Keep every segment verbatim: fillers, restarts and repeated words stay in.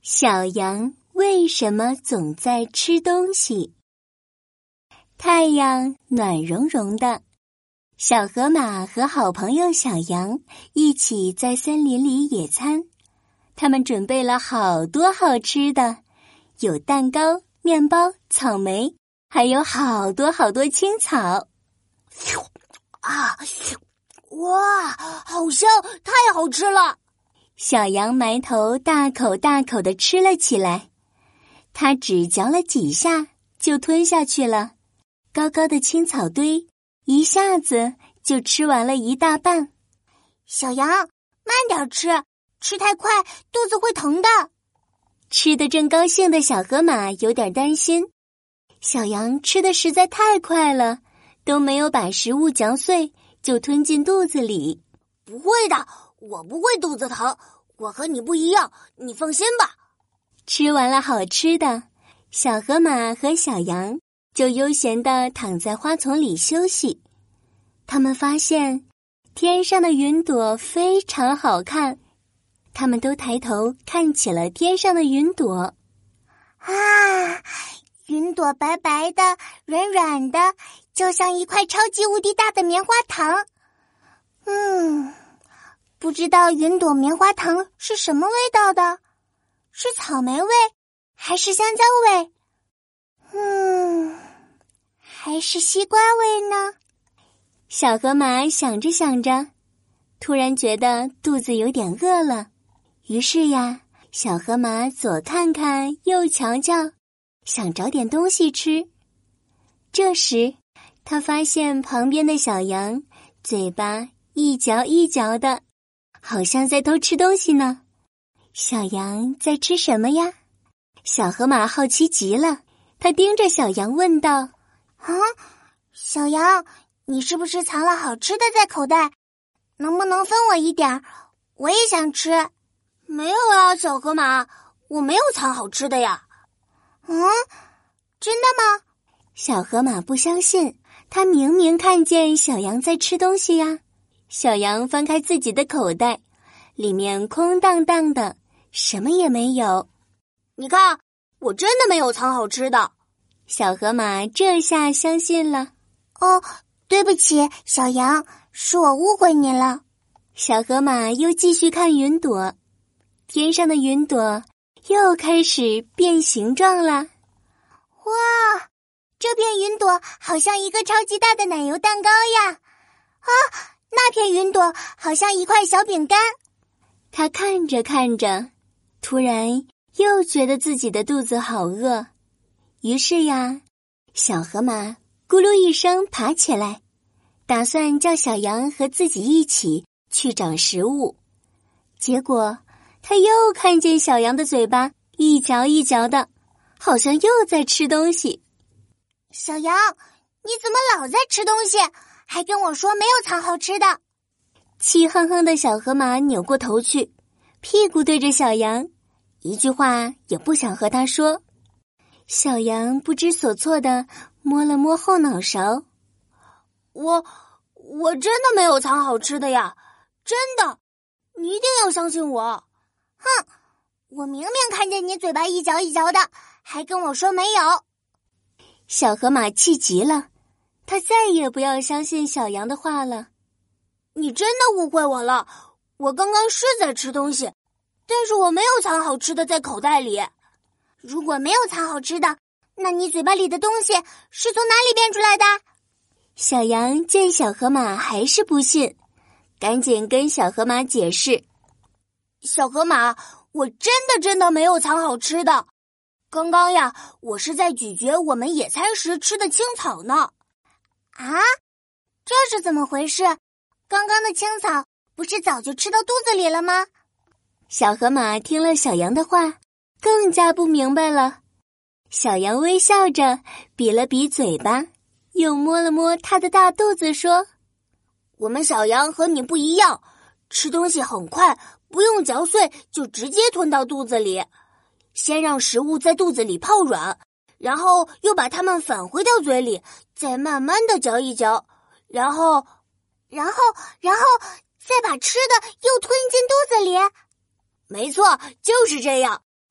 小羊为什么总在吃东西？太阳暖融融的，小河马和好朋友小羊一起在森林里野餐。他们准备了好多好吃的，有蛋糕、面包、草莓，还有好多好多青草。 啊，哇，好香，太好吃了！ 小羊埋头大口大口地吃了起来，它只嚼了几下就吞下去了。高高的青草堆一下子就吃完了一大半。 小羊，慢点吃，吃太快肚子会疼的。 吃得正高兴的小河马有点担心，小羊吃得实在太快了，都没有把食物嚼碎就吞进肚子里。 不会的，我不会肚子疼，我和你不一样，你放心吧。 吃完了好吃的，小河马和小羊就悠闲地躺在花丛里休息。他们发现天上的云朵非常好看，他们都抬头看起了天上的云朵。 啊，云朵白白的，软软的，就像一块超级无敌大的棉花糖。嗯，不知道云朵棉花糖是什么味道的？是草莓味，还是香蕉味？嗯，还是西瓜味呢？ 小河马想着想着，突然觉得肚子有点饿了。于是呀，小河马左看看右瞧瞧，想找点东西吃。这时，他发现旁边的小羊嘴巴一嚼一嚼的，好像在偷吃东西呢。小羊在吃什么呀？小河马好奇极了，他盯着小羊问道： 啊，小羊，你是不是藏了好吃的在口袋？能不能分我一点？我也想吃。没有啊，小河马，我没有藏好吃的呀。嗯，真的吗？ 小河马不相信，他明明看见小羊在吃东西呀。小羊翻开自己的口袋，里面空荡荡的，什么也没有。 你看，我真的没有藏好吃的。 小河马这下相信了。 哦，对不起，小羊，是我误会你了。 小河马又继续看云朵，天上的云朵又开始变形状了。 哇，这片云朵好像一个超级大的奶油蛋糕呀！啊，那片云朵好像一块小饼干。 他看着看着，突然又觉得自己的肚子好饿。于是呀，小河马咕噜一声爬起来，打算叫小羊和自己一起去找食物。结果他又看见小羊的嘴巴一嚼一嚼的，好像又在吃东西。 小羊，你怎么老在吃东西？还跟我说没有藏好吃的。 气哼哼的小河马扭过头去，屁股对着小羊，一句话也不想和他说。小羊不知所措地摸了摸后脑勺。 我我真的没有藏好吃的呀，真的，你一定要相信我。哼，我明明看见你嘴巴一嚼一嚼的，还跟我说没有。 小河马气极了，他再也不要相信小羊的话了。 你真的误会我了，我刚刚是在吃东西，但是我没有藏好吃的在口袋里。如果没有藏好吃的，那你嘴巴里的东西是从哪里变出来的？ 小羊见小河马还是不信，赶紧跟小河马解释。 小河马，我真的真的没有藏好吃的。刚刚呀，我是在咀嚼我们野餐时吃的青草呢。啊？这是怎么回事？刚刚的青草不是早就吃到肚子里了吗？ 小河马听了小羊的话，更加不明白了。小羊微笑着比了比嘴巴，又摸了摸他的大肚子说： 我们小羊和你不一样，吃东西很快，不用嚼碎就直接吞到肚子里，先让食物在肚子里泡软，然后又把它们返回到嘴里，再慢慢的嚼一嚼，然后然后然后再把吃的又吞进肚子里。没错，就是这样。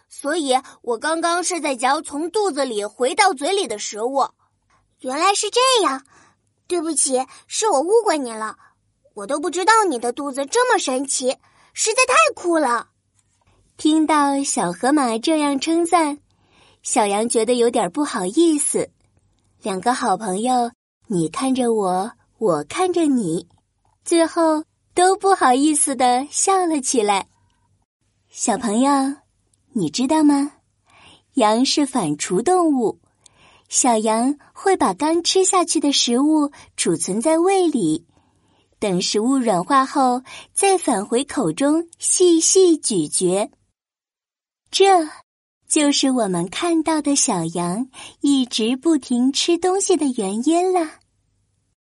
所以我刚刚是在嚼从肚子里回到嘴里的食物。原来是这样，对不起，是我误会你了。我都不知道你的肚子这么神奇，实在太酷了。 听到小河马这样称赞，小羊觉得有点不好意思。两个好朋友，你看着我，我看着你，最后都不好意思地笑了起来。小朋友，你知道吗？羊是反刍动物，小羊会把刚吃下去的食物储存在胃里，等食物软化后再返回口中细细咀嚼。这就是我们看到的小羊一直不停吃东西的原因了。